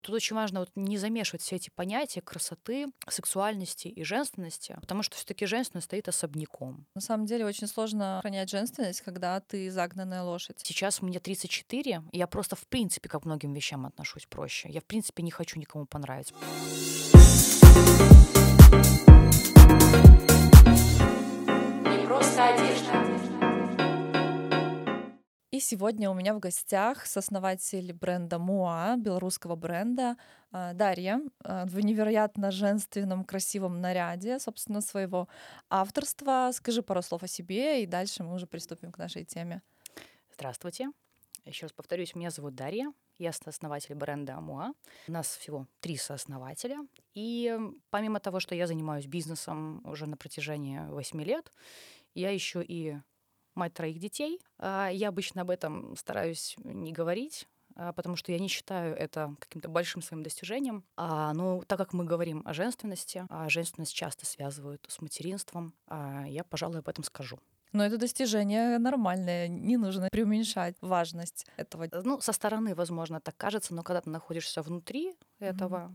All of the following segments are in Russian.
Тут очень важно вот не замешивать все эти понятия красоты, сексуальности и женственности, потому что все-таки женственность стоит особняком. На самом деле очень сложно хранять женственность, когда ты загнанная лошадь. Сейчас мне 34, и я просто в принципе как к многим вещам отношусь проще. Я в принципе не хочу никому понравиться. Не просто одежда. И сегодня у меня в гостях сооснователь бренда МУА, белорусского бренда, Дарья, в невероятно женственном, красивом наряде, собственно, своего авторства. Скажи пару слов о себе, и дальше мы уже приступим к нашей теме. Здравствуйте. Еще раз повторюсь, меня зовут Дарья. Я сооснователь бренда МУА. У нас всего 3 сооснователя. И помимо того, что я занимаюсь бизнесом уже на протяжении 8 лет, я еще и мать 3 детей. Я обычно об этом стараюсь не говорить, потому что я не считаю это каким-то большим своим достижением. Но так как мы говорим о женственности, а женственность часто связывают с материнством, я, пожалуй, об этом скажу. Но это достижение нормальное, не нужно преуменьшать важность этого. Со стороны, возможно, так кажется, но когда ты находишься внутри этого,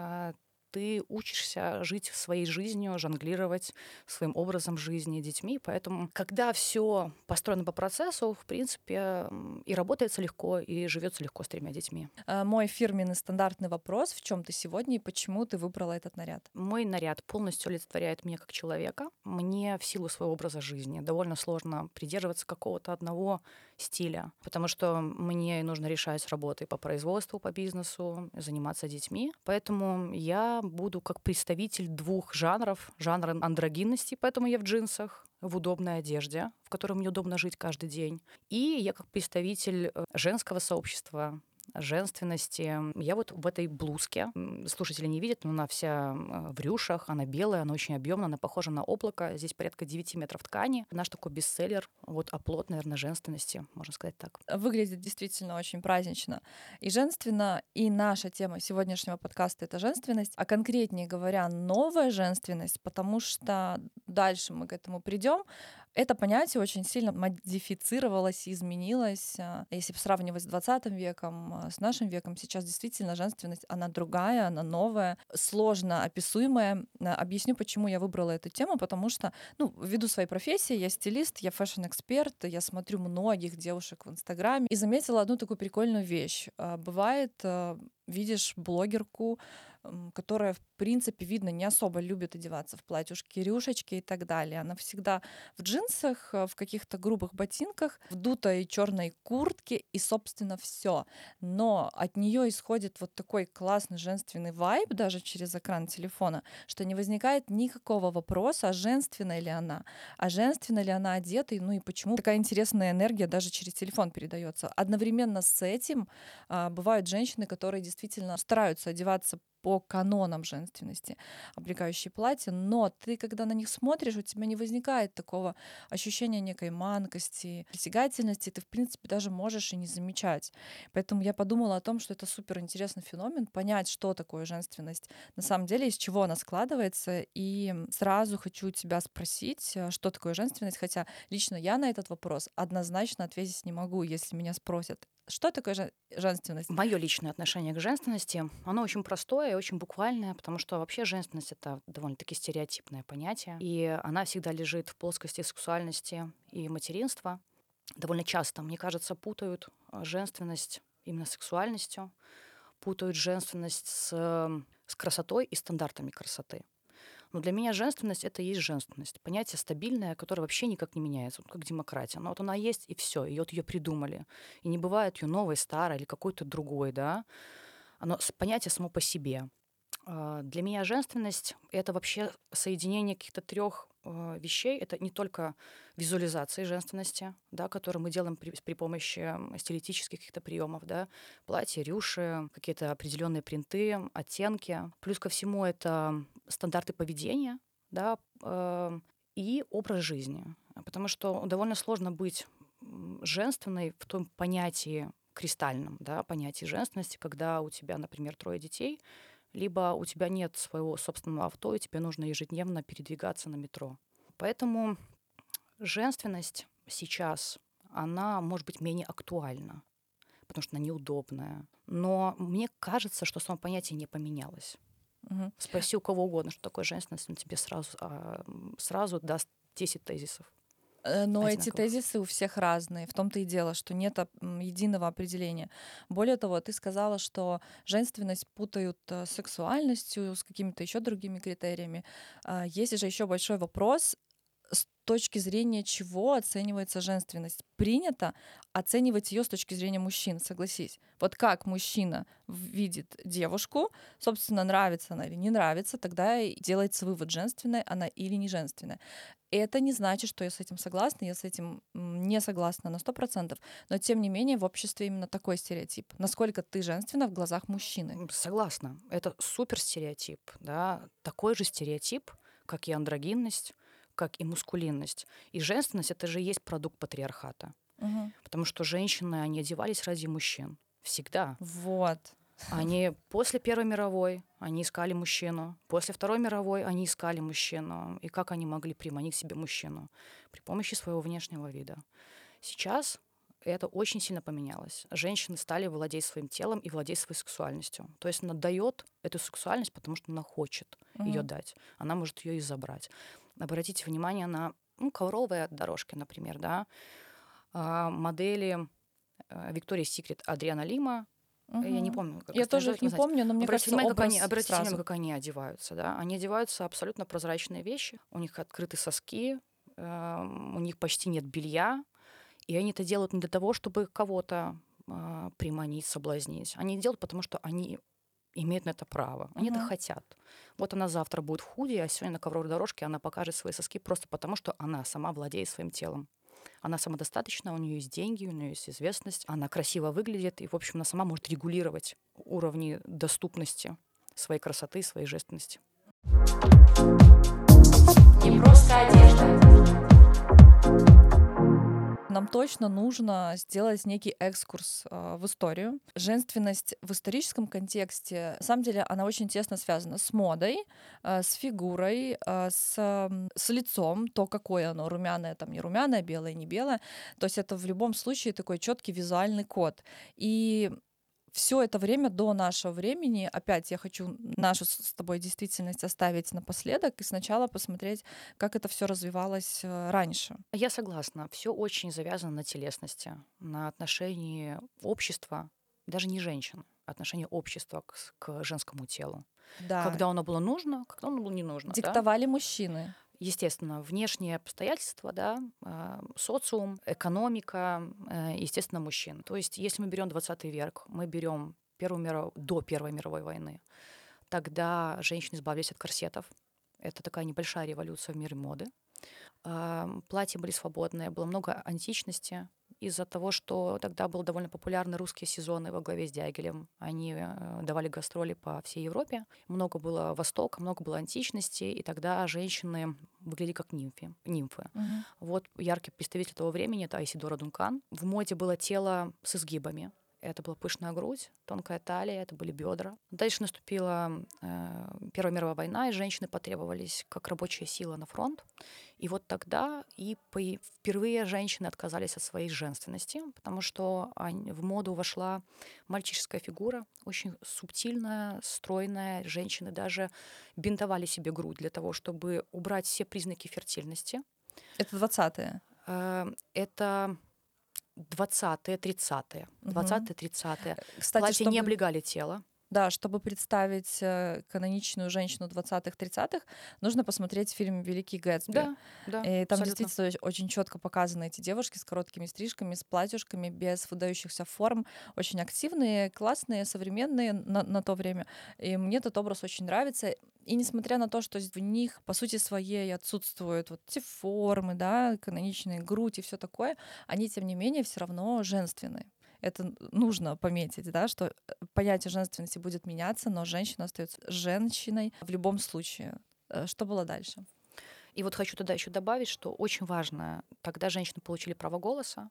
ты учишься жить своей жизнью, жонглировать своим образом жизни, детьми. Поэтому, когда все построено по процессу, в принципе, и работается легко, и живется легко с 3 детьми. Мой фирменный стандартный вопрос: в чем ты сегодня и почему ты выбрала этот наряд? Мой наряд полностью олицетворяет меня как человека. Мне в силу своего образа жизни довольно сложно придерживаться какого-то одного стиля, потому что мне нужно решать работы по производству, по бизнесу, заниматься детьми. Поэтому я буду как представитель 2 жанров. Жанра андрогинности, поэтому я в джинсах, в удобной одежде, в которой мне удобно жить каждый день. И я как представитель женского сообщества, женственности. Я вот в этой блузке. Слушатели не видят, но она вся в рюшах, она белая, она очень объемная, она похожа на облако. Здесь порядка 9 метров ткани. Наш такой бестселлер, вот оплот, наверное, женственности, можно сказать так. Выглядит действительно очень празднично и женственно. И наша тема сегодняшнего подкаста — это женственность, а конкретнее говоря, новая женственность, потому что дальше мы к этому придем. Это понятие очень сильно модифицировалось, изменилось. Если сравнивать с 20 веком, с нашим веком, сейчас действительно женственность, она другая, она новая, сложно описуемая. Объясню, почему я выбрала эту тему, потому что, ввиду своей профессии, я стилист, я фэшн-эксперт, я смотрю многих девушек в Инстаграме и заметила одну такую прикольную вещь. Бывает, видишь блогерку, которая, в принципе, видно, не особо любит одеваться в платьюшки, рюшечки и так далее. Она всегда в джинсах, в каких-то грубых ботинках, в дутой черной куртке и, собственно, все. Но от нее исходит вот такой классный женственный вайб даже через экран телефона, что не возникает никакого вопроса, женственная ли она, женственна ли она одета, и почему такая интересная энергия даже через телефон передается. Одновременно с этим бывают женщины, которые действительно стараются одеваться по канонам женственности, облегающие платья, но ты, когда на них смотришь, у тебя не возникает такого ощущения некой манкости, притягательности, ты, в принципе, даже можешь и не замечать. Поэтому я подумала о том, что это супер интересный феномен, понять, что такое женственность на самом деле, из чего она складывается, и сразу хочу тебя спросить, что такое женственность, хотя лично я на этот вопрос однозначно ответить не могу, если меня спросят, что такое женственность? Мое личное отношение к женственности, оно очень простое и очень буквальное, потому что вообще женственность — это довольно-таки стереотипное понятие, и она всегда лежит в плоскости сексуальности и материнства. Довольно часто, мне кажется, путают женственность именно с сексуальностью, путают женственность с красотой и стандартами красоты. Но для меня женственность — это и есть женственность. Понятие стабильное, которое вообще никак не меняется, как демократия. Но вот она есть, и все, и вот ее придумали. И не бывает ее новой, старой или какой-то другой, да. Понятие само по себе. Для меня женственность — это вообще соединение каких-то 3 вещей. Это не только визуализация женственности, да, которую мы делаем при помощи стилистических каких-то приемов, да, платья, рюши, какие-то определенные принты, оттенки. Плюс ко всему это стандарты поведения, да, и образ жизни. Потому что довольно сложно быть женственной в том понятии кристальном, да, понятии женственности, когда у тебя, например, 3 детей, либо у тебя нет своего собственного авто, и тебе нужно ежедневно передвигаться на метро. Поэтому женственность сейчас, она может быть менее актуальна, потому что она неудобная. Но мне кажется, что само понятие не поменялось. Спроси у кого угодно, что такое женственность, он тебе сразу даст 10 тезисов. Но эти Одинаковых. тезисы у всех разные. В том-то и дело, что нет единого определения. Более того, ты сказала, что женственность путают с сексуальностью, с какими-то еще другими критериями. Есть же еще большой вопрос, с точки зрения чего оценивается женственность. Принято оценивать ее с точки зрения мужчин, согласись. Вот как мужчина видит девушку, собственно, нравится она или не нравится, тогда и делается вывод, женственная она или не женственная. Это не значит, что я с этим согласна, я с этим не согласна на 100%, но тем не менее в обществе именно такой стереотип. Насколько ты женственна в глазах мужчины? Согласна. Это супер стереотип, да, такой же стереотип, как и андрогинность, как и мускулинность. И женственность — это же и есть продукт патриархата. Потому что женщины, они одевались ради мужчин. Всегда. Вот. Они после Первой мировой они искали мужчину. После Второй мировой они искали мужчину. И как они могли приманить к себе мужчину? При помощи своего внешнего вида. Сейчас это очень сильно поменялось. Женщины стали владеть своим телом и владеть своей сексуальностью. То есть она дает эту сексуальность, потому что она хочет ее дать. Она может ее и забрать. Обратите внимание на ковровые дорожки, например, да, модели Victoria's Secret Адриана Лима. Я не помню, как Я тоже их не помню, но мне кажется, обратите внимание, как они одеваются. Да? Они одеваются абсолютно прозрачные вещи. У них открыты соски, у них почти нет белья. И они это делают не для того, чтобы кого-то приманить, соблазнить. Они делают, потому что они имеют на это право. Они это хотят. Вот она завтра будет в худи, а сегодня на ковровой дорожке она покажет свои соски просто потому, что она сама владеет своим телом. Она самодостаточна, у нее есть деньги, у нее есть известность, она красиво выглядит, и, в общем, она сама может регулировать уровни доступности своей красоты, своей женственности. Не просто одежда. Нам точно нужно сделать некий экскурс в историю. Женственность в историческом контексте, на самом деле, она очень тесно связана с модой, с фигурой, с лицом, то, какое оно, румяное, там, не румяное, белое, не белое. То есть это в любом случае такой четкий визуальный код. И все это время до нашего времени, опять я хочу нашу с тобой действительность оставить напоследок и сначала посмотреть, как это все развивалось раньше. Я согласна. Все очень завязано на телесности, на отношении общества, даже не женщин, отношение общества к женскому телу. Да. Когда оно было нужно, когда оно было не нужно. Диктовали мужчины. Естественно, внешние обстоятельства, да, социум, экономика, естественно, мужчин. То есть, если мы берем 20 век, мы берем до Первой мировой войны, тогда женщины избавились от корсетов. Это такая небольшая революция в мире моды. Платья были свободные, было много античности. Из-за того, что тогда были довольно популярны русские сезоны во главе с Дягилем. Они давали гастроли по всей Европе. Много было Востока, много было античности, и тогда женщины выглядели как нимфы. Вот яркий представитель того времени — это Айсидора Дункан. В моде было тело с изгибами. Это была пышная грудь, тонкая талия, это были бедра. Дальше наступила Первая мировая война, и женщины потребовались как рабочая сила на фронт. И вот тогда впервые женщины отказались от своей женственности, потому что в моду вошла мальчишеская фигура, очень субтильная, стройная. Женщины даже бинтовали себе грудь для того, чтобы убрать все признаки фертильности. Это 20-е? Это 20-е, 30-е. 20-е, 30-е. Кстати, платья не облегали тело. Да, чтобы представить каноничную женщину 20-х, 30-х, нужно посмотреть фильм «Великий Гэтсби». Да, и там абсолютно. действительно очень четко показаны эти девушки с короткими стрижками, с платьюшками, без выдающихся форм, очень активные, классные, современные на то время. И мне этот образ очень нравится. И несмотря на то, что в них, по сути своей, отсутствуют вот эти формы, да, каноничные, грудь и все такое, они, тем не менее, все равно женственны. Это нужно пометить, да, что понятие женственности будет меняться, но женщина остается женщиной в любом случае. Что было дальше? И вот хочу туда еще добавить, что очень важно, тогда женщины получили право голоса,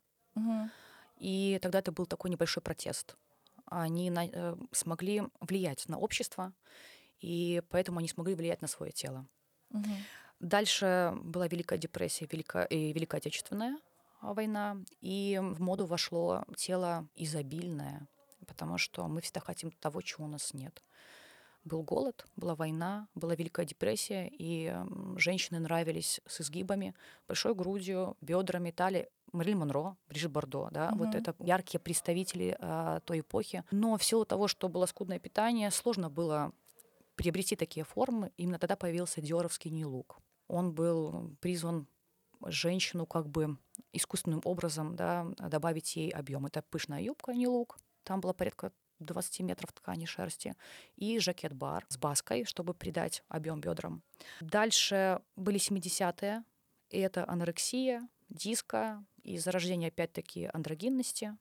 и тогда это был такой небольшой протест. Они смогли влиять на общество, и поэтому они смогли влиять на свое тело. Дальше была Великая депрессия и Великая Отечественная. война, и в моду вошло тело изобильное, потому что мы всегда хотим того, чего у нас нет. Был голод, была война, была Великая депрессия, и женщины нравились с изгибами, большой грудью, бедрами, талией. Мэрилин Монро, Брижит Бардо, да, вот Мгм. это яркие представители той эпохи. Но в силу того, что было скудное питание, сложно было приобрести такие формы. Именно тогда появился диоровский нью-лук. Он был призван женщину как бы искусственным образом, да, добавить ей объем. Это пышная юбка, нью-лук, там было порядка 20 метров ткани шерсти, и жакет-бар с баской, чтобы придать объем бедрам. Дальше были 70-е, и это анорексия, диско и зарождение опять-таки андрогинности.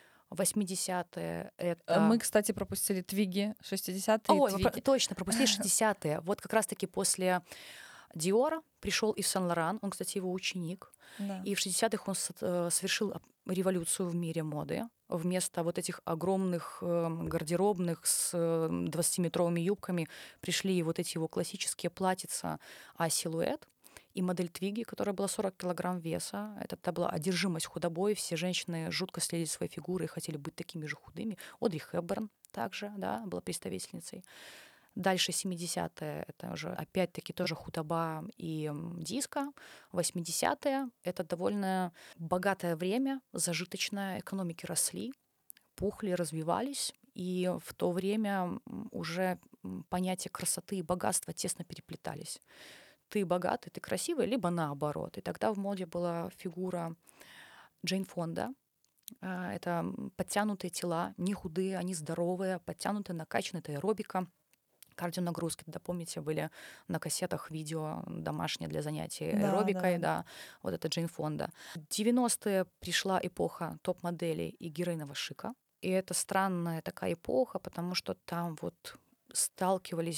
80-е — Мы, это... кстати, пропустили твиги, 60-е Ой, твиги. точно, пропустили 60-е. Вот как раз-таки после Диора пришел Ив Сен-Лоран, он, кстати, его ученик. Да. И в 60-х он совершил революцию в мире моды. Вместо вот этих огромных гардеробных с 20-метровыми юбками пришли вот эти его классические платьица, а силуэт. И модель Твиги, которая была 40 килограмм веса. Это была одержимость худобой. Все женщины жутко следили своей фигурой и хотели быть такими же худыми. Одри Хепберн также, да, была представительницей. Дальше 70-е — это уже опять-таки тоже худоба и диско. 80-е — это довольно богатое время, зажиточное, экономики росли, пухли, развивались. И в то время уже понятия красоты и богатства тесно переплетались. Ты богатый, ты красивый, либо наоборот. И тогда в моде была фигура Джейн Фонда. Это подтянутые тела, не худые, они здоровые, подтянутые, накачанные, это аэробика. Кардионагрузки, да, помните, были на кассетах видео домашние для занятий Да, аэробикой, да. да, вот это Джейн Фонда. В 90-е пришла эпоха топ-моделей и героинового шика, и это странная такая эпоха, потому что там вот сталкивались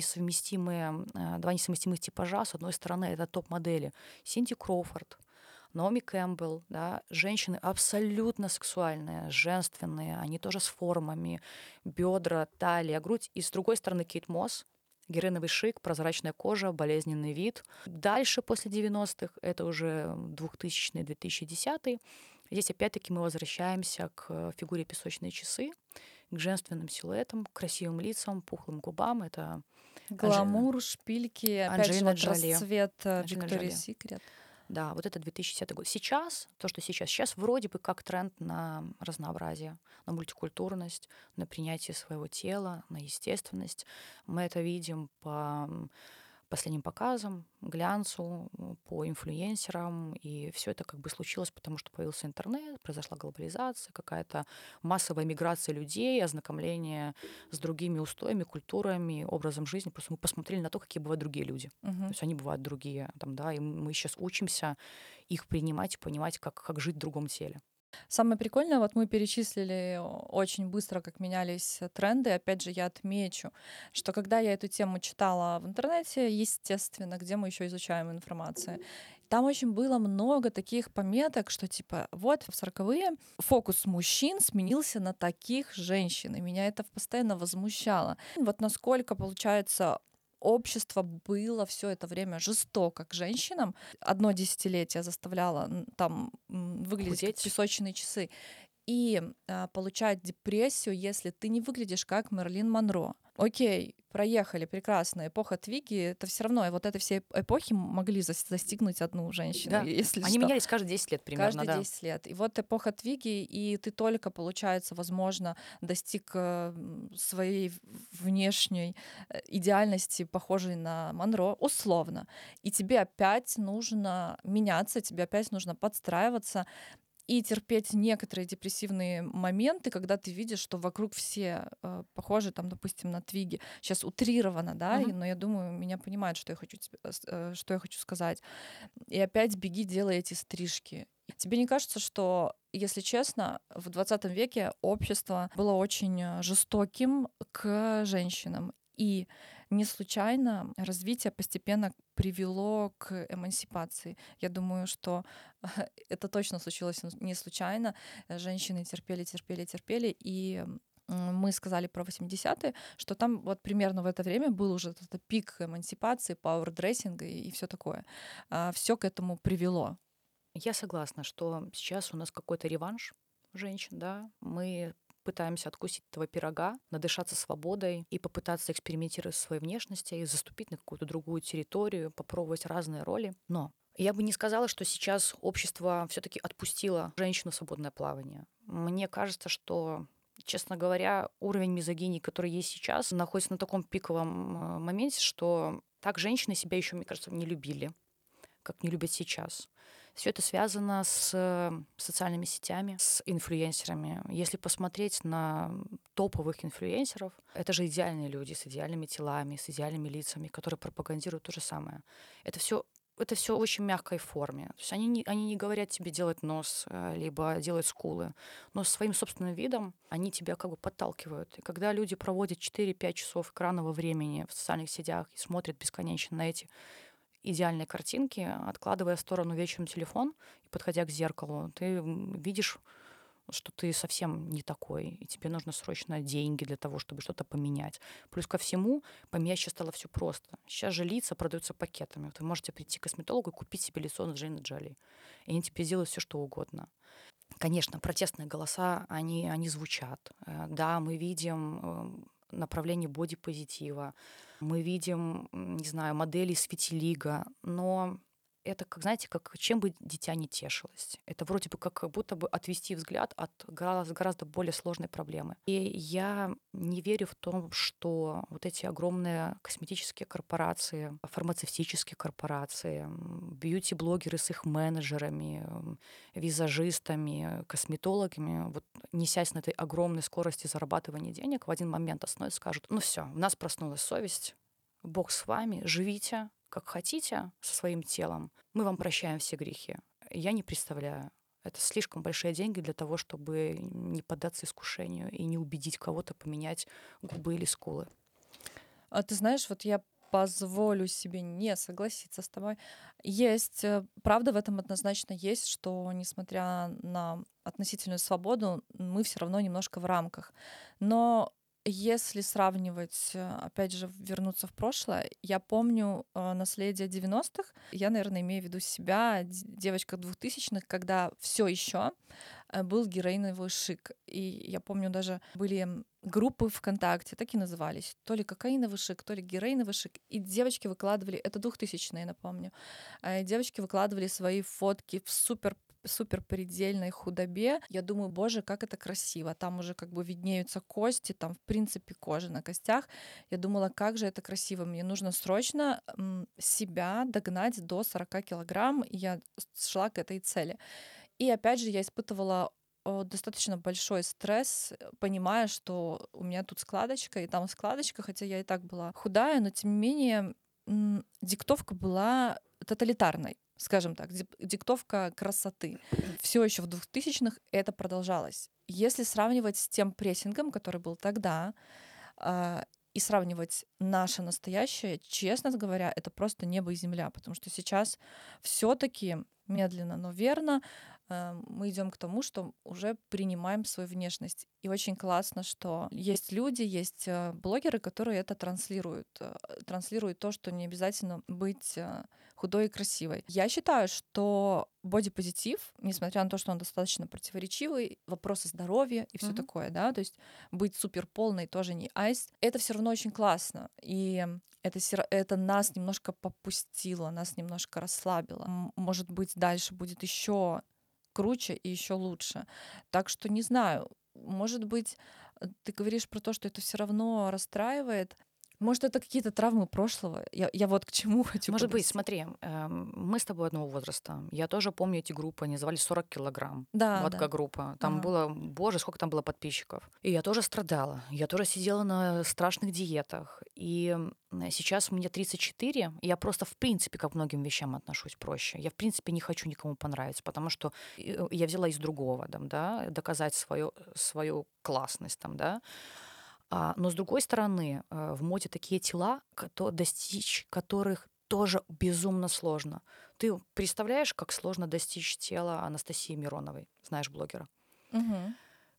два несовместимых типажа. С одной стороны, это топ-модели Синди Кроуфорд, Наоми Кэмпбелл, да, женщины абсолютно сексуальные, женственные, они тоже с формами, бедра, талия, грудь. И с другой стороны Кейт Мосс, героиновый шик, прозрачная кожа, болезненный вид. Дальше, после 90-х, это уже 2000-е, 2010-е. Здесь опять-таки мы возвращаемся к фигуре песочные часы, к женственным силуэтам, к красивым лицам, пухлым губам. Это Гламур, шпильки, опять же, Анджелина вот Джоли. расцвет Анджелина Victoria's Джоли. Secret. Да, вот это 2010 год. Сейчас, то, что сейчас вроде бы как тренд на разнообразие, на мультикультурность, на принятие своего тела, на естественность. Мы это видим по последним показам, глянцу, по инфлюенсерам, и все это как бы случилось, потому что появился интернет, произошла глобализация, какая-то массовая миграция людей, ознакомление с другими устоями, культурами, образом жизни. Просто мы посмотрели на то, какие бывают другие люди. То Мгм. есть они бывают другие, там, да, и мы сейчас учимся их принимать и понимать, как жить в другом теле. Самое прикольное, вот мы перечислили очень быстро, как менялись тренды. Опять же, я отмечу, что когда я эту тему читала в интернете, естественно, где мы еще изучаем информацию, там очень было много таких пометок, что типа вот в 40-е фокус мужчин сменился на таких женщин, и меня это постоянно возмущало. Вот насколько, получается, общество было все это время жестоко к женщинам. Одно десятилетие заставляло там выглядеть как Худеть. песочные часы и получать депрессию, если ты не выглядишь как Мерлин Монро. Окей, проехали, прекрасно. Эпоха Твиги, это все равно, и вот это все эпохи могли застигнуть одну женщину, Да, если они что. менялись каждые 10 лет примерно, Каждые да. 10 лет. И вот эпоха Твиги, и ты только, получается, возможно, достиг своей внешней идеальности, похожей на Монро, условно. И тебе опять нужно меняться, тебе опять нужно подстраиваться и терпеть некоторые депрессивные моменты, когда ты видишь, что вокруг все похожи, там, допустим, на Твиги. Сейчас утрировано, да, Мгм. но я думаю, меня понимают, что я хочу, что я хочу сказать. И опять беги, делай эти стрижки. Тебе не кажется, что, если честно, в 20 веке общество было очень жестоким к женщинам? И не случайно развитие постепенно привело к эмансипации. Я думаю, что это точно случилось не случайно. Женщины терпели, терпели, терпели, и мы сказали про 80-е, что там вот примерно в это время был уже этот пик эмансипации, пауэрдрессинга и все такое. Все к этому привело. Я согласна, что сейчас у нас какой-то реванш женщин, да. Мы пытаемся откусить этого пирога, надышаться свободой и попытаться экспериментировать со своей внешностью и заступить на какую-то другую территорию, попробовать разные роли. Но я бы не сказала, что сейчас общество все-таки отпустило женщину в свободное плавание. Мне кажется, что, честно говоря, уровень мизогинии, который есть сейчас, находится на таком пиковом моменте, что так женщины себя еще, мне кажется, не любили, как не любят сейчас. Все это связано с социальными сетями, с инфлюенсерами. Если посмотреть на топовых инфлюенсеров, это же идеальные люди с идеальными телами, с идеальными лицами, которые пропагандируют то же самое. Это все в очень мягкой форме. То есть они не говорят тебе делать нос, либо делать скулы, но своим собственным видом они тебя как бы подталкивают. И когда люди проводят 4-5 часов экранного времени в социальных сетях и смотрят бесконечно на эти идеальные картинки, откладывая в сторону вечером телефон и подходя к зеркалу, ты видишь, что ты совсем не такой, и тебе нужно срочно деньги для того, чтобы что-то поменять. Плюс ко всему, поменять сейчас стало все просто. Сейчас же лица продаются пакетами. Вот вы можете прийти к косметологу и купить себе лицо Анджелины Джоли. И они тебе сделают все, что угодно. Конечно, протестные голоса, они звучат. Да, мы видим направление бодипозитива, мы видим, не знаю, модели с витилиго, но это, как, знаете, как чем бы дитя не тешилось. Это вроде бы как будто бы отвести взгляд от гораздо более сложной проблемы. И я не верю в том, что вот эти огромные косметические корпорации, фармацевтические корпорации, бьюти-блогеры с их менеджерами, визажистами, косметологами, вот несясь на этой огромной скорости зарабатывания денег, в один момент остановятся и скажут: ну все, у нас проснулась совесть, Бог с вами, живите как хотите со своим телом, мы вам прощаем все грехи. Я не представляю. Это слишком большие деньги для того, чтобы не поддаться искушению и не убедить кого-то поменять губы или скулы. А ты знаешь, вот я позволю себе не согласиться с тобой. Есть, правда в этом однозначно есть, что несмотря на относительную свободу, мы все равно немножко в рамках. Но если сравнивать, опять же, вернуться в прошлое, я помню наследие 90-х. Я, наверное, имею в виду себя, девочка 2000-х, когда все еще был героиновый шик. И я помню, даже были группы ВКонтакте, так и назывались. То ли кокаиновый шик, то ли героиновый шик. И девочки выкладывали, это 2000-е, напомню, девочки выкладывали свои фотки в супер предельной худобе. Я думаю, боже, как это красиво. Там уже как бы виднеются кости, там в принципе кожа на костях. Я думала, как же это красиво. Мне нужно срочно себя догнать до 40 килограмм. И я шла к этой цели. И опять же я испытывала достаточно большой стресс, понимая, что у меня тут складочка, и там складочка, хотя я и так была худая, но тем не менее диктовка была тоталитарной, скажем так, диктовка красоты. Все еще в 2000-х это продолжалось. Если сравнивать с тем прессингом, который был тогда, и сравнивать наше настоящее, честно говоря, это просто небо и земля, потому что сейчас все-таки медленно, но верно мы идем к тому, что уже принимаем свою внешность. И очень классно, что есть люди, есть блогеры, которые это транслируют то, что не обязательно быть худой и красивой. Я считаю, что бодипозитив, несмотря на то, что он достаточно противоречивый, вопросы здоровья и все такое, да, то есть быть супер полной тоже не айс, это все равно очень классно. И это нас немножко попустило, нас немножко расслабило. Может быть, дальше будет еще круче и еще лучше. Так что не знаю, может быть, ты говоришь про то, что это все равно расстраивает. Может, это какие-то травмы прошлого? Я вот к чему хочу Может быть, подвести. смотри, мы с тобой одного возраста. Я тоже помню эти группы, они назывались 40 килограмм. Да, Вот да. как группа. Там Ага. было, боже, сколько там было подписчиков. И я тоже страдала. Я тоже сидела на страшных диетах. И сейчас мне 34, и я просто в принципе к многим вещам отношусь проще. Я в принципе не хочу никому понравиться, потому что я взяла из другого, там, да, доказать свою классность, там, да. Но с другой стороны, в моде такие тела, достичь которых тоже безумно сложно. Ты представляешь, как сложно достичь тела Анастасии Мироновой, знаешь блогера? Мгм.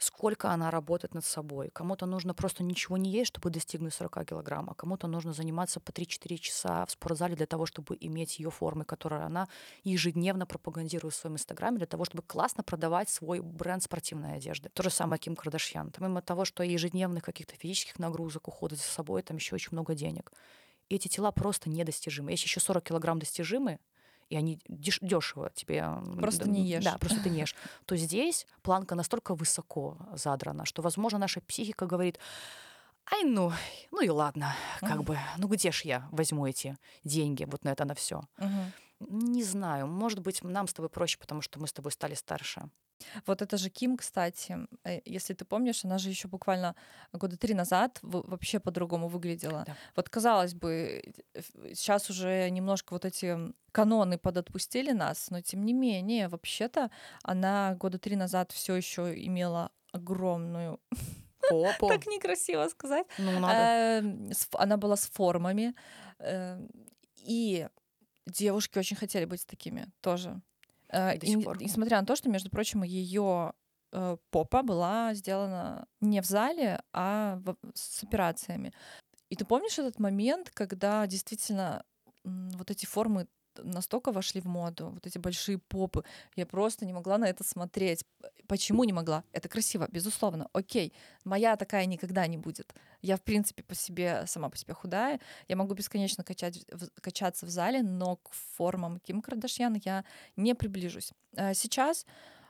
сколько она работает над собой. Кому-то нужно просто ничего не есть, чтобы достигнуть 40 килограмм, а кому-то нужно заниматься по 3-4 часа в спортзале для того, чтобы иметь ее формы, которые она ежедневно пропагандирует в своем инстаграме, для того, чтобы классно продавать свой бренд спортивной одежды. То же самое Ким Кардашьян. Помимо того, что ежедневных каких-то физических нагрузок, ухода за собой, там еще очень много денег. И эти тела просто недостижимы. Если еще 40 килограмм достижимы, и они дешево тебе... Просто не ешь. Да, просто ты не ешь. То здесь планка настолько высоко задрана, что, возможно, наша психика говорит, ай, ну и ладно, как бы, ну где ж я возьму эти деньги вот на это, на все. Не знаю, может быть, нам с тобой проще, потому что мы с тобой стали старше. Вот это же Ким, кстати, если ты помнишь, она же еще буквально года 3 назад вообще по-другому выглядела. Да. Вот казалось бы, сейчас уже немножко вот эти каноны подотпустили нас, но тем не менее, вообще-то она года 3 назад все еще имела огромную, Попу. так некрасиво сказать, Ну, надо. она была с формами, и девушки очень хотели быть такими тоже. И до сих пор. Несмотря на то, что, между прочим, ее попа была сделана не в зале, а с операциями. И ты помнишь этот момент, когда действительно вот эти формы настолько вошли в моду, вот эти большие попы. Я просто не могла на это смотреть. Почему не могла? Это красиво, безусловно. Окей, моя такая никогда не будет. Я, в принципе, сама по себе худая. Я могу бесконечно качаться в зале, но к формам Ким Кардашьян я не приближусь. Сейчас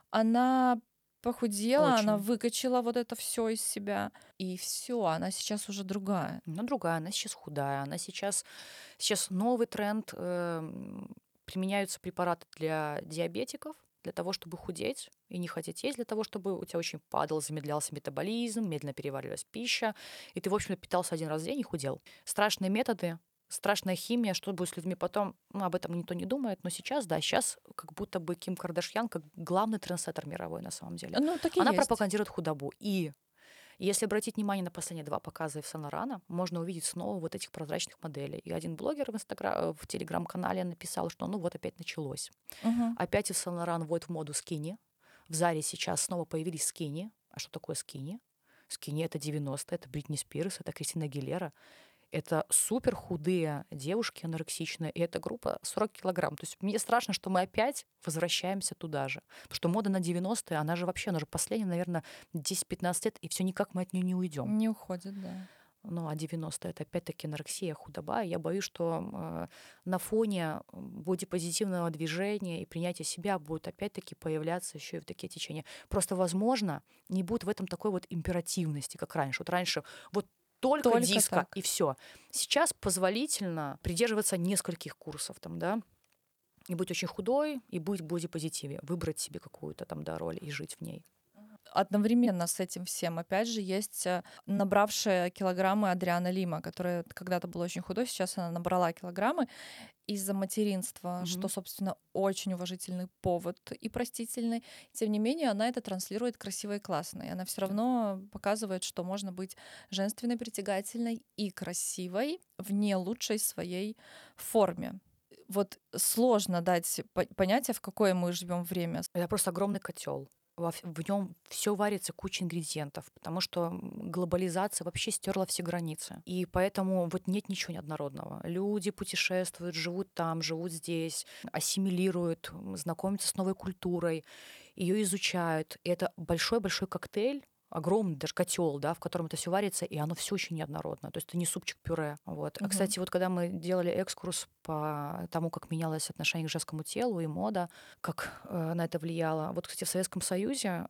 она похудела, Очень. она выкачала вот это все из себя, и все, она сейчас уже другая. Она другая, она сейчас худая, она сейчас новый тренд, применяются препараты для диабетиков, для того, чтобы худеть и не хотеть есть, для того, чтобы у тебя очень падал, замедлялся метаболизм, медленно переваривалась пища, и ты, в общем-то, питался один раз в день и худел. Страшные методы, страшная химия, что будет с людьми потом, об этом никто не думает, но сейчас как будто бы Ким Кардашьян как главный трендсеттер мировой на самом деле. Ну, так и Она есть. пропагандирует худобу. И если обратить внимание на последние 2 показа Ив Сен-Лорана, можно увидеть снова вот этих прозрачных моделей. И один блогер в телеграм-канале написал, что вот опять началось. Опять Ив Сен-Лоран вводит в моду скини. В Заре сейчас снова появились скини. А что такое скини? Скини — это 90-е, это Бритни Спирс, это Кристина Агилера. Это супер худые девушки, анорексичные, и эта группа 40 килограмм. То есть мне страшно, что мы опять возвращаемся туда же. Потому что мода на 90-е, она же последняя, наверное, 10-15 лет, и все никак мы от нее не уйдем. Не уходит, да. Ну, а 90-е — это опять-таки анорексия, худоба. И я боюсь, что на фоне бодипозитивного движения и принятия себя будут опять-таки появляться еще и такие течения. Просто, возможно, не будет в этом такой вот императивности, как раньше. Вот раньше только диско, так. и все. Сейчас позволительно придерживаться нескольких курсов, и быть очень худой, и быть в бодипозитиве, выбрать себе какую-то роль и жить в ней. Одновременно с этим всем, опять же, есть набравшая килограммы Адриана Лима, которая когда-то была очень худой, сейчас она набрала килограммы из-за материнства, что, собственно, очень уважительный повод и простительный. Тем не менее, она это транслирует красиво и классно. И она все равно показывает, что можно быть женственной, притягательной и красивой в не лучшей своей форме. Вот сложно дать понятие, в какое мы живем время. Это просто огромный котел. В нем все варится, куча ингредиентов, потому что глобализация вообще стерла все границы. И поэтому нет ничего неоднородного. Люди путешествуют, живут там, живут здесь, ассимилируют, знакомятся с новой культурой, ее изучают. И это большой-большой коктейль, огромный даже котел, в котором это все варится, и оно все очень неоднородно. То есть это не супчик-пюре. А, кстати, когда мы делали экскурс по тому, как менялось отношение к женскому телу и мода, как на это влияло. Кстати, в Советском Союзе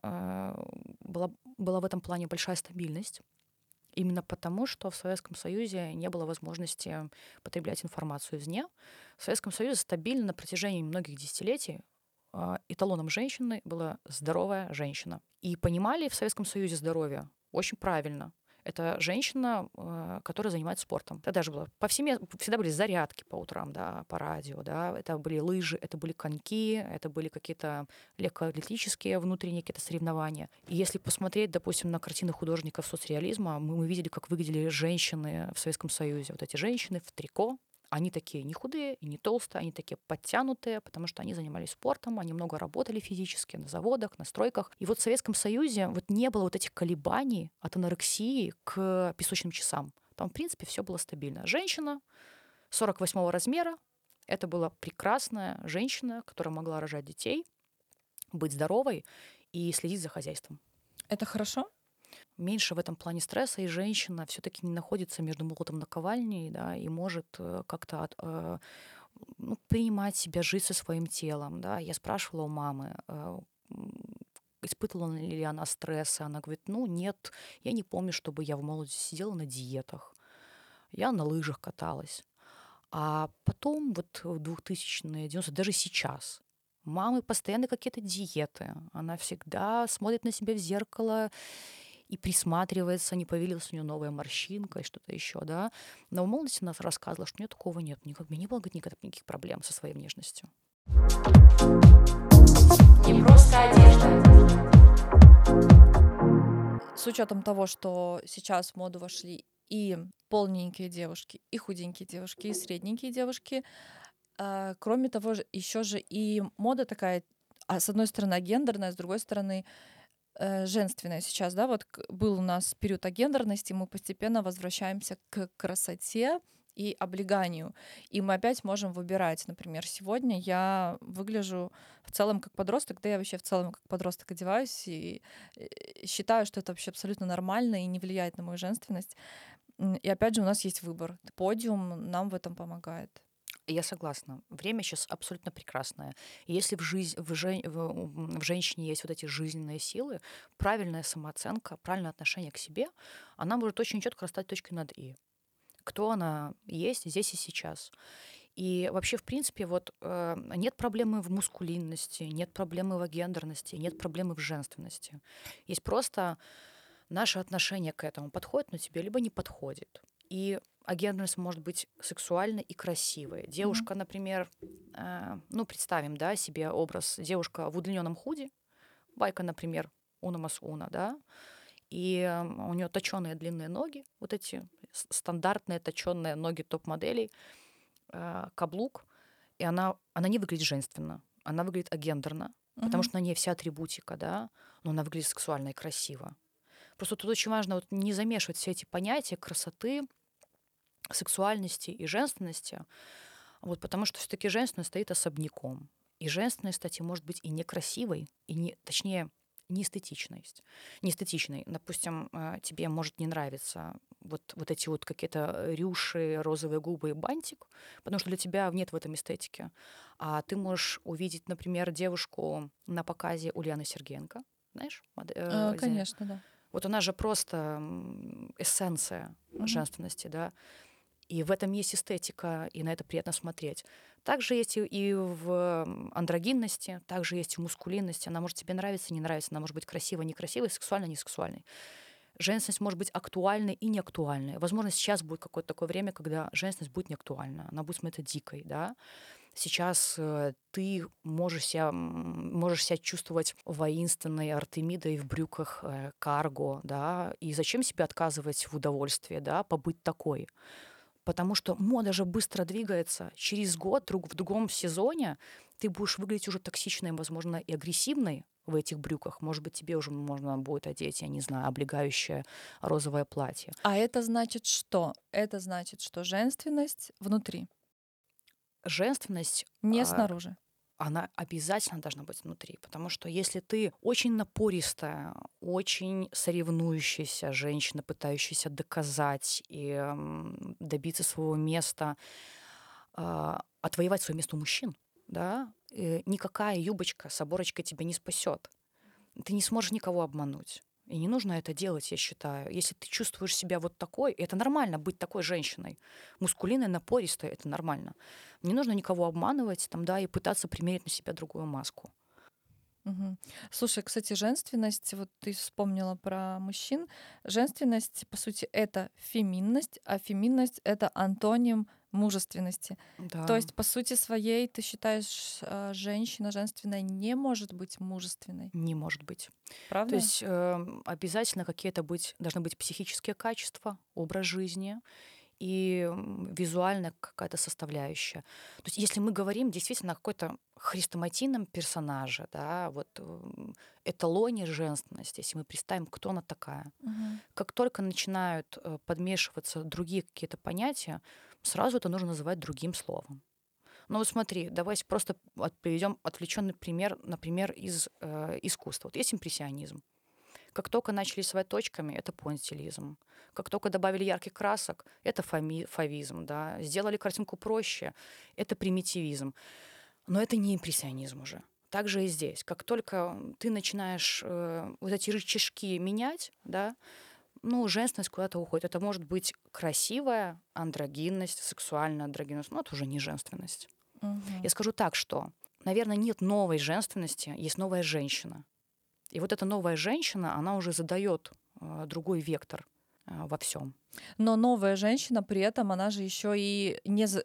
была в этом плане большая стабильность. Именно потому, что в Советском Союзе не было возможности потреблять информацию извне. В Советском Союзе стабильно на протяжении многих десятилетий эталоном женщины была здоровая женщина. И понимали в Советском Союзе здоровье очень правильно. Это женщина, которая занимается спортом. Тогда же было всегда были зарядки по утрам, по радио, это были лыжи, это были коньки, это были какие-то легкоатлетические внутренние какие-то соревнования. И если посмотреть, допустим, на картины художников соцреализма, мы видели, как выглядели женщины в Советском Союзе. Вот эти женщины в трико, Они такие не худые и не толстые, они такие подтянутые, потому что они занимались спортом, они много работали физически на заводах, на стройках. И вот в Советском Союзе вот не было вот этих колебаний от анорексии к песочным часам. Там, в принципе, все было стабильно. Женщина 48 размера, это была прекрасная женщина, которая могла рожать детей, быть здоровой и следить за хозяйством. Это хорошо? Меньше в этом плане стресса, и женщина все-таки не находится между молотом и наковальней, да, и может как-то принимать себя, жить со своим телом. Да. Я спрашивала у мамы, испытывала ли она стресс, и она говорит, нет, я не помню, чтобы я в молодости сидела на диетах. Я на лыжах каталась. А потом, вот в 2000-е, 90-е, даже сейчас, мамы постоянно какие-то диеты. Она всегда смотрит на себя в зеркало и присматривается, не появилась у нее новая морщинка и что-то еще, да. Но в молодости она рассказывала, что у нее такого нет. У меня не было, говорит, никаких проблем со своей внешностью. Не просто одежда. С учетом того, что сейчас в моду вошли и полненькие девушки, и худенькие девушки, и средненькие девушки, кроме того, еще же и мода такая, с одной стороны гендерная, с другой стороны женственная сейчас, да, вот был у нас период агендерности, мы постепенно возвращаемся к красоте и облеганию. И мы опять можем выбирать. Например, сегодня я выгляжу в целом как подросток, да я вообще в целом как подросток одеваюсь и считаю, что это вообще абсолютно нормально и не влияет на мою женственность. И опять же у нас есть выбор. Подиум нам в этом помогает. Я согласна. Время сейчас абсолютно прекрасное. И если в женщине есть вот эти жизненные силы, правильная самооценка, правильное отношение к себе, она может очень четко расставить точкой над «и». Кто она есть здесь и сейчас. И вообще, в принципе, вот нет проблемы в мускулинности, нет проблемы в гендерности, нет проблемы в женственности. Есть просто наше отношение к этому. Подходит на тебе, либо не подходит. И гендерность может быть сексуальной и красивой. Девушка, например, представим, да, себе образ девушка в удлиненном худи, байка, например, Уна Масуна, да, и у нее точеные длинные ноги, вот эти стандартные точеные ноги топ-моделей, каблук, и она не выглядит женственно, она выглядит агендерно, потому что на ней вся атрибутика, да, но она выглядит сексуально и красиво. Просто тут очень важно вот не замешивать все эти понятия красоты, сексуальности и женственности, вот, потому что все-таки женственность стоит особняком. И женственность, кстати, может быть и некрасивой, точнее, не эстетичной. Допустим, тебе может не нравиться вот эти вот какие-то рюши, розовые губы и бантик, потому что для тебя нет в этом эстетики. А ты можешь увидеть, например, девушку на показе Ульяны Сергеенко, знаешь? Конечно, да. Вот она же просто эссенция женственности, да. И в этом есть эстетика, и на это приятно смотреть. Также есть и в андрогинности, также есть и в мускулинности. Она может тебе нравиться, не нравиться, она может быть красивой, некрасивой, сексуальной, не сексуальной. Женственность может быть актуальной и неактуальной. Возможно, сейчас будет какое-то такое время, когда женственность будет неактуальна, она будет смотреться дикой, да. Сейчас ты можешь себя чувствовать воинственной Артемидой в брюках карго, да, и зачем себе отказывать в удовольствии, да, побыть такой? Потому что мода же быстро двигается. Через год в другом сезоне ты будешь выглядеть уже токсичной, возможно, и агрессивной в этих брюках. Может быть, тебе уже можно будет одеть, я не знаю, облегающее розовое платье. А это значит что? Это значит, что женственность внутри, Женственность, не снаружи. она обязательно должна быть внутри, потому что если ты очень напористая, очень соревнующаяся женщина, пытающаяся доказать и добиться своего места, отвоевать свое место у мужчин, да, никакая юбочка с оборочкой тебя не спасет. Ты не сможешь никого обмануть. И не нужно это делать, я считаю. Если ты чувствуешь себя вот такой, это нормально быть такой женщиной. Мускулинной, напористой, это нормально. Не нужно никого обманывать там, да, и пытаться примерить на себя другую маску. Мгм. Слушай, кстати, женственность, вот ты вспомнила про мужчин. Женственность, по сути, это феминность, а феминность — это антоним мужественности. То Да, есть, по сути своей, ты считаешь, женщина женственная не может быть мужественной, не может быть. То правда? есть обязательно должны быть психические качества, образ жизни и визуальная какая-то составляющая. То есть если мы говорим действительно о какой-то хрестоматийном персонаже, да, вот эталоне женственности, если мы представим, кто она такая, Мгм. как только начинают подмешиваться другие какие-то понятия, сразу это нужно называть другим словом. Ну вот смотри, давайте просто приведем отвлеченный пример, например, из искусства. Вот есть импрессионизм. Как только начали рисовать точками, это пуантилизм. Как только добавили ярких красок, это фавизм. Да? Сделали картинку проще, это примитивизм. Но это не импрессионизм уже. Так же и здесь. Как только ты начинаешь вот эти рычажки менять, да, ну, женственность куда-то уходит. Это может быть красивая андрогинность, сексуальная андрогинность, но это уже не женственность. Мгм. Я скажу так, что, наверное, нет новой женственности, есть новая женщина. И вот эта новая женщина, она уже задает другой вектор во всем. Но новая женщина при этом, она же еще и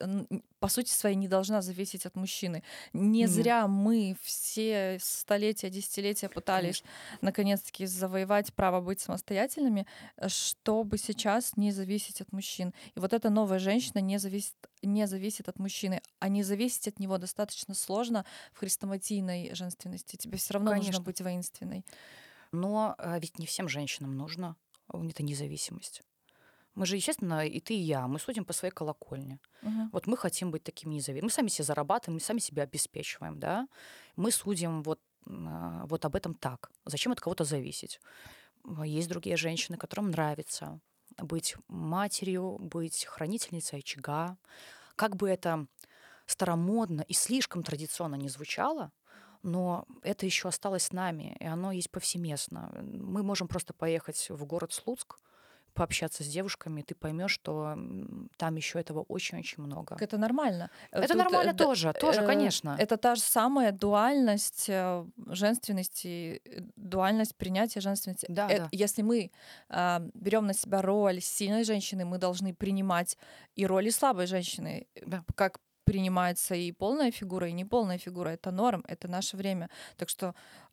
по сути своей не должна зависеть от мужчины. Не Нет, зря мы все столетия, десятилетия пытались конечно. наконец-таки завоевать право быть самостоятельными, чтобы сейчас не зависеть от мужчин. И вот эта новая женщина не зависит от мужчины, а не зависеть от него достаточно сложно в хрестоматийной женственности. Тебе все равно нужно Конечно. быть воинственной. Но ведь не всем женщинам нужна эта независимость. Мы же, естественно, и ты, и я, мы судим по своей колокольне. Мгм. Вот мы хотим быть такими независимыми. Мы сами себе зарабатываем, мы сами себя обеспечиваем, да. Мы судим вот об этом так. Зачем от кого-то зависеть? Есть другие женщины, которым нравится быть матерью, быть хранительницей очага. Как бы это старомодно и слишком традиционно не звучало, но это еще осталось с нами, и оно есть повсеместно. Мы можем просто поехать в город Слуцк, пообщаться с девушками, и ты поймешь, что там еще этого очень-очень много. Это нормально. Это нормально тоже, конечно. Это та же самая дуальность женственности, дуальность принятия женственности. Да, да, Если мы берем на себя роль сильной женщины, мы должны принимать и роль и слабой женщины, да. как принимается и полная фигура, и неполная фигура. Это норм, это наше время. Так что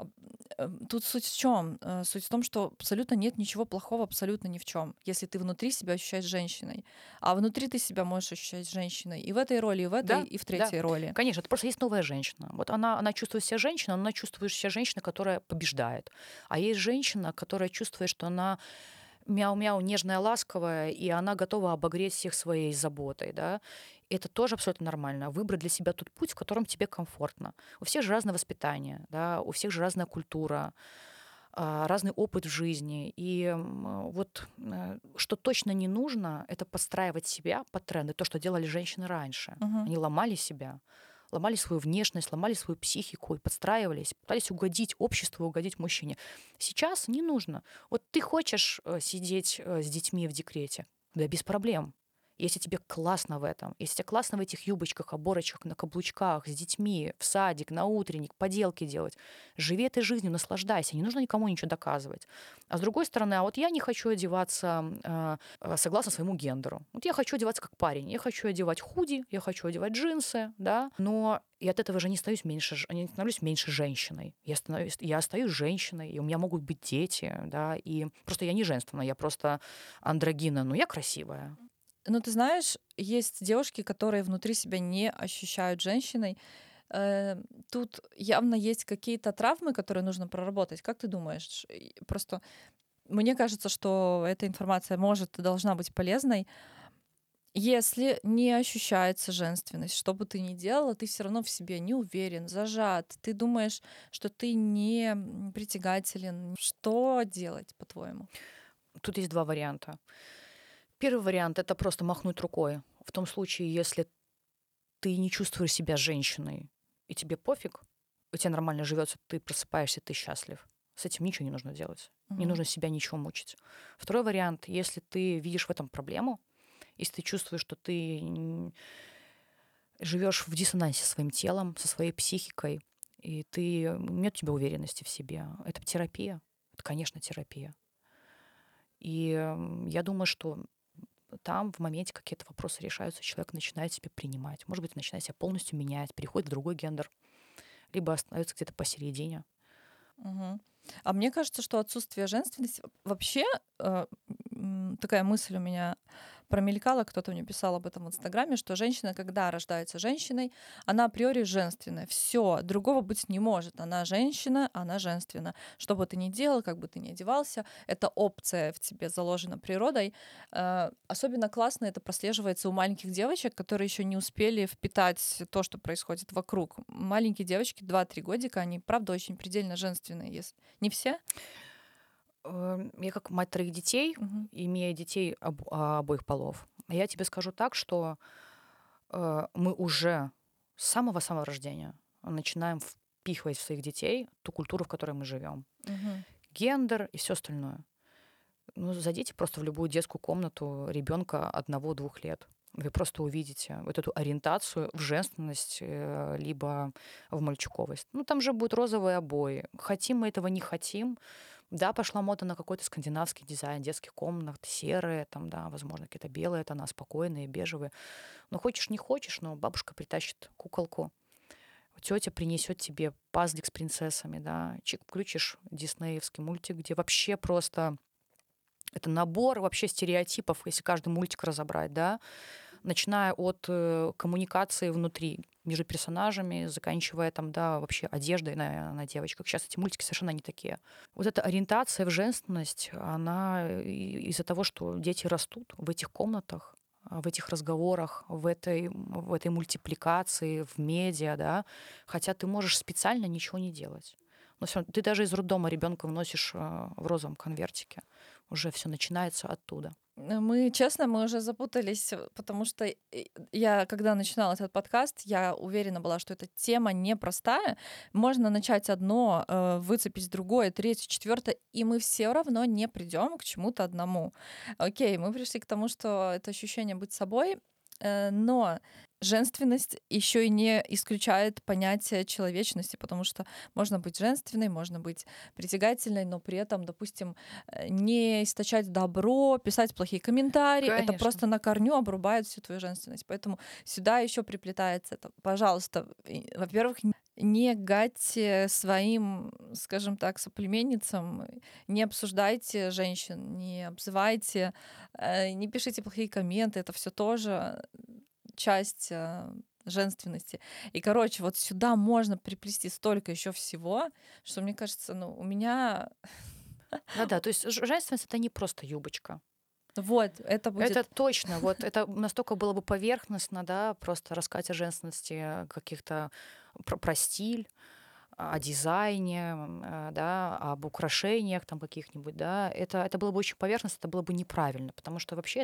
тут суть в чем? Суть в том, что абсолютно нет ничего плохого абсолютно ни в чем, если ты внутри себя ощущаешь женщиной. А внутри ты себя можешь ощущать женщиной и в этой роли, и в этой, Да, и в да, третьей роли. конечно, это просто есть новая женщина. Вот она чувствует себя женщиной, но она чувствует себя женщиной, которая побеждает. А есть женщина, которая чувствует, что она мяу-мяу, нежная, ласковая, и она готова обогреть всех своей заботой, да. И это тоже абсолютно нормально. Выбрать для себя тот путь, в котором тебе комфортно. У всех же разное воспитание, да, у всех же разная культура, разный опыт в жизни. И что точно не нужно, это подстраивать себя под тренды, то, что делали женщины раньше. Мгм. Они ломали себя, ломали свою внешность, ломали свою психику и подстраивались, пытались угодить обществу, угодить мужчине. Сейчас не нужно. Вот ты хочешь сидеть с детьми в декрете, да без проблем. Если тебе классно в этом, если тебе классно в этих юбочках, оборочках, на каблучках, с детьми, в садик, на утренник, поделки делать, живи этой жизнью, наслаждайся, не нужно никому ничего доказывать. А с другой стороны, а вот я не хочу одеваться согласно своему гендеру. Вот я хочу одеваться как парень, я хочу одевать худи, я хочу одевать джинсы, да, но и от этого же не становлюсь меньше женщиной. Я остаюсь женщиной, и у меня могут быть дети, да, и просто я не женственная, я просто андрогина, но я красивая. Ну, ты знаешь, есть девушки, которые внутри себя не ощущают женщиной. Э, Тут явно есть какие-то травмы, которые нужно проработать. Как ты думаешь? Просто мне кажется, что эта информация может и должна быть полезной. Если не ощущается женственность, что бы ты ни делала, ты все равно в себе не уверен, зажат. Ты думаешь, что ты не притягателен. Что делать, по-твоему? Тут есть два варианта. Первый вариант — это просто махнуть рукой. В том случае, если ты не чувствуешь себя женщиной, и тебе пофиг, у тебя нормально живется, ты просыпаешься, ты счастлив. С этим ничего не нужно делать. Не Мгм. нужно себя ничего мучить. Второй вариант, если ты видишь в этом проблему, если ты чувствуешь, что ты живешь в диссонансе со своим телом, со своей психикой, и нет у тебя уверенности в себе, это терапия. Это, конечно, терапия. И я думаю, что там в моменте какие-то вопросы решаются, человек начинает себя принимать. Может быть, начинает себя полностью менять, переходит в другой гендер, либо остается где-то посередине. Мгм. А мне кажется, что отсутствие женственности вообще такая мысль у меня промелькала, кто-то мне писал об этом в Инстаграме, что женщина, когда рождается женщиной, она априори женственная. Все, другого быть не может. Она женщина, она женственна. Что бы ты ни делал, как бы ты ни одевался, эта опция в тебе заложена природой. Особенно классно это прослеживается у маленьких девочек, которые еще не успели впитать то, что происходит вокруг. Маленькие девочки, 2-3 годика, они, правда, очень предельно женственные. Не все? Я как мать 3 детей, Мгм. имея детей обоих полов, я тебе скажу так, что мы уже с самого-самого рождения начинаем впихивать в своих детей ту культуру, в которой мы живем. Мгм. Гендер и все остальное. Ну, зайдите просто в любую детскую комнату ребенка 1-2 лет. Вы просто увидите вот эту ориентацию в женственность, либо в мальчуковость. Ну, там же будут розовые обои. Хотим мы этого, не хотим. Да, пошла мода на какой-то скандинавский дизайн детских комнат, серые, там, да, возможно, какие-то белые тона, спокойные, бежевые. Но хочешь, не хочешь, но бабушка притащит куколку, тетя принесет тебе пазлик с принцессами, да, чик, включишь диснеевский мультик, где вообще просто это набор вообще стереотипов, если каждый мультик разобрать, да, начиная от коммуникации внутри между персонажами, заканчивая там, да, вообще одеждой на девочках. Сейчас эти мультики совершенно не такие. Вот эта ориентация в женственность, она из-за того, что дети растут в этих комнатах, в этих разговорах, в этой мультипликации, в медиа, да, хотя ты можешь специально ничего не делать. Но всё равно ты даже из роддома ребенка вносишь в розовом конвертике. Уже все начинается оттуда. Мы, честно, мы уже запутались, потому что я, когда начинала этот подкаст, я уверена была, что эта тема непростая. Можно начать одно, выцепить другое, третье, четвертое, и мы все равно не придем к чему-то одному. Окей, мы пришли к тому, что это ощущение быть собой, но женственность еще и не исключает понятие человечности, потому что можно быть женственной, можно быть притягательной, но при этом, допустим, не источать добро, писать плохие комментарии. Это Конечно. просто на корню обрубает всю твою женственность. Поэтому сюда еще приплетается это. Пожалуйста, во-первых, не гадьте своим, скажем так, соплеменницам, не обсуждайте женщин, не обзывайте, не пишите плохие комменты. Это все тоже часть женственности. И, короче, вот сюда можно приплести столько еще всего, что мне кажется, ну, у меня Да-да, то есть женственность — это не просто юбочка. вот это будет. Это точно, вот это настолько было бы поверхностно, да, просто рассказать о женственности, каких-то про стиль, о дизайне, да, об украшениях там каких-нибудь, да, это было бы очень поверхностно, это было бы неправильно, потому что вообще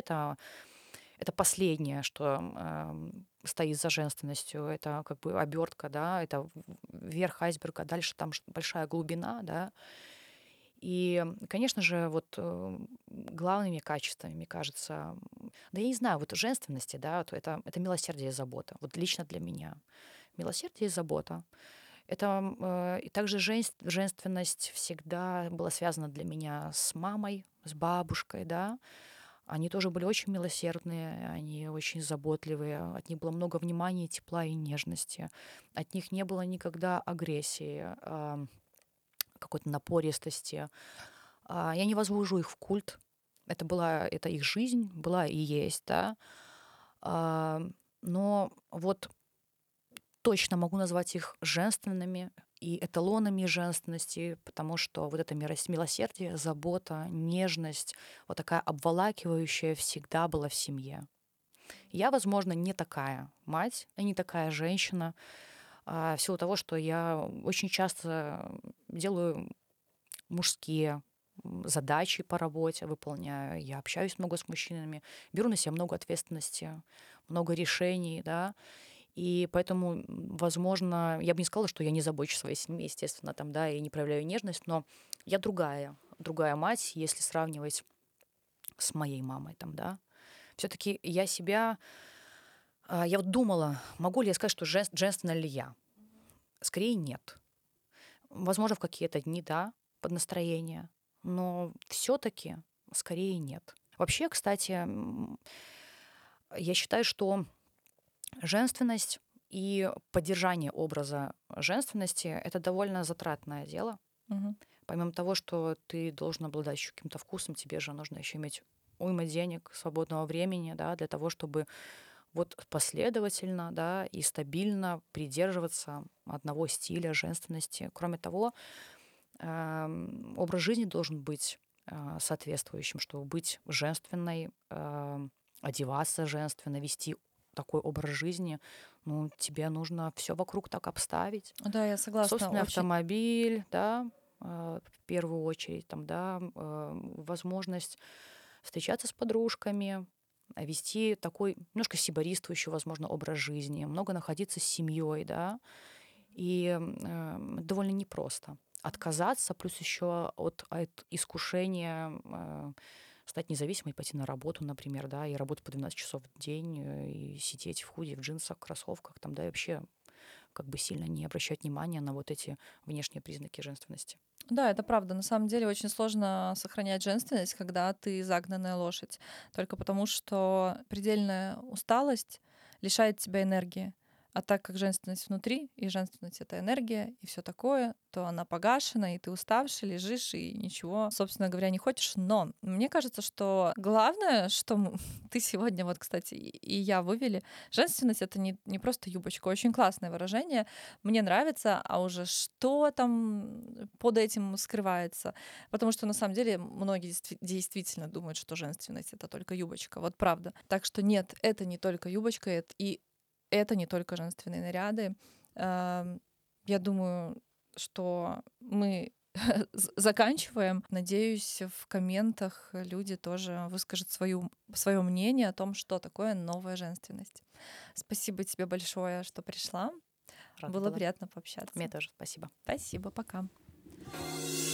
это последнее, что стоит за женственностью, это как бы обертка, да, это верх айсберга, дальше там большая глубина, да. И, конечно же, вот главными качествами, мне кажется, да я не знаю, вот женственности, да, то это милосердие и забота. Вот лично для меня. Милосердие и забота. Это и также женственность всегда была связана для меня с мамой, с бабушкой, да. Они тоже были очень милосердные, они очень заботливые, от них было много внимания, тепла и нежности. От них не было никогда агрессии, какой-то напористости. Я не возвожу их в культ. Это их жизнь, была и есть, да. А, Но вот точно могу назвать их женственными и эталонами женственности, потому что вот это милосердие, забота, нежность, вот такая обволакивающая всегда была в семье. Я, возможно, не такая мать, и не такая женщина, в силу того, что я очень часто делаю мужские задачи по работе, выполняю, я общаюсь много с мужчинами, беру на себя много ответственности, много решений, да, и поэтому, возможно, я бы не сказала, что я не забочусь о своей семье, естественно, там, да, и не проявляю нежность, но я другая мать, если сравнивать с моей мамой, там, да. Все-таки я вот думала, могу ли я сказать, что женственна ли я? Скорее нет. Возможно, в какие-то дни, да, под настроение, но все-таки скорее нет. Вообще, кстати, я считаю, что женственность и поддержание образа женственности — это довольно затратное дело. Мгм. Помимо того, что ты должен обладать еще каким-то вкусом, тебе же нужно еще иметь уйма денег, свободного времени, да, для того, чтобы вот последовательно, да, и стабильно придерживаться одного стиля женственности. Кроме того, образ жизни должен быть соответствующим, чтобы быть женственной, одеваться женственно, вести такой образ жизни. Ну, тебе нужно все вокруг так обставить. Да, я согласна. Собственный Очень. автомобиль, да, в первую очередь, там, да, возможность встречаться с подружками, вести такой немножко сибористующий, возможно, образ жизни, много находиться с семьей, да, и довольно непросто отказаться, плюс еще от искушения стать независимой, пойти на работу, например, да, и работать по 12 часов в день, и сидеть в худи, в джинсах, кроссовках, там, да, и вообще как бы сильно не обращать внимания на вот эти внешние признаки женственности. Да, это правда. На самом деле очень сложно сохранять женственность, когда ты загнанная лошадь. Только потому, что предельная усталость лишает тебя энергии. А так как женственность внутри, и женственность — это энергия, и все такое, то она погашена, и ты уставший, лежишь, и ничего, собственно говоря, не хочешь. Но мне кажется, что главное, что ты сегодня, вот, кстати, и я вывели, женственность — это не просто юбочка, очень классное выражение, мне нравится, а уже что там под этим скрывается. Потому что на самом деле многие действительно думают, что женственность — это только юбочка. Вот правда. Так что нет, это не только юбочка, и это не только женственные наряды. Я думаю, что мы заканчиваем. Надеюсь, в комментах люди тоже выскажут свое мнение о том, что такое новая женственность. Спасибо тебе большое, что пришла. Рада Было была. приятно пообщаться. Мне тоже спасибо. Спасибо, пока.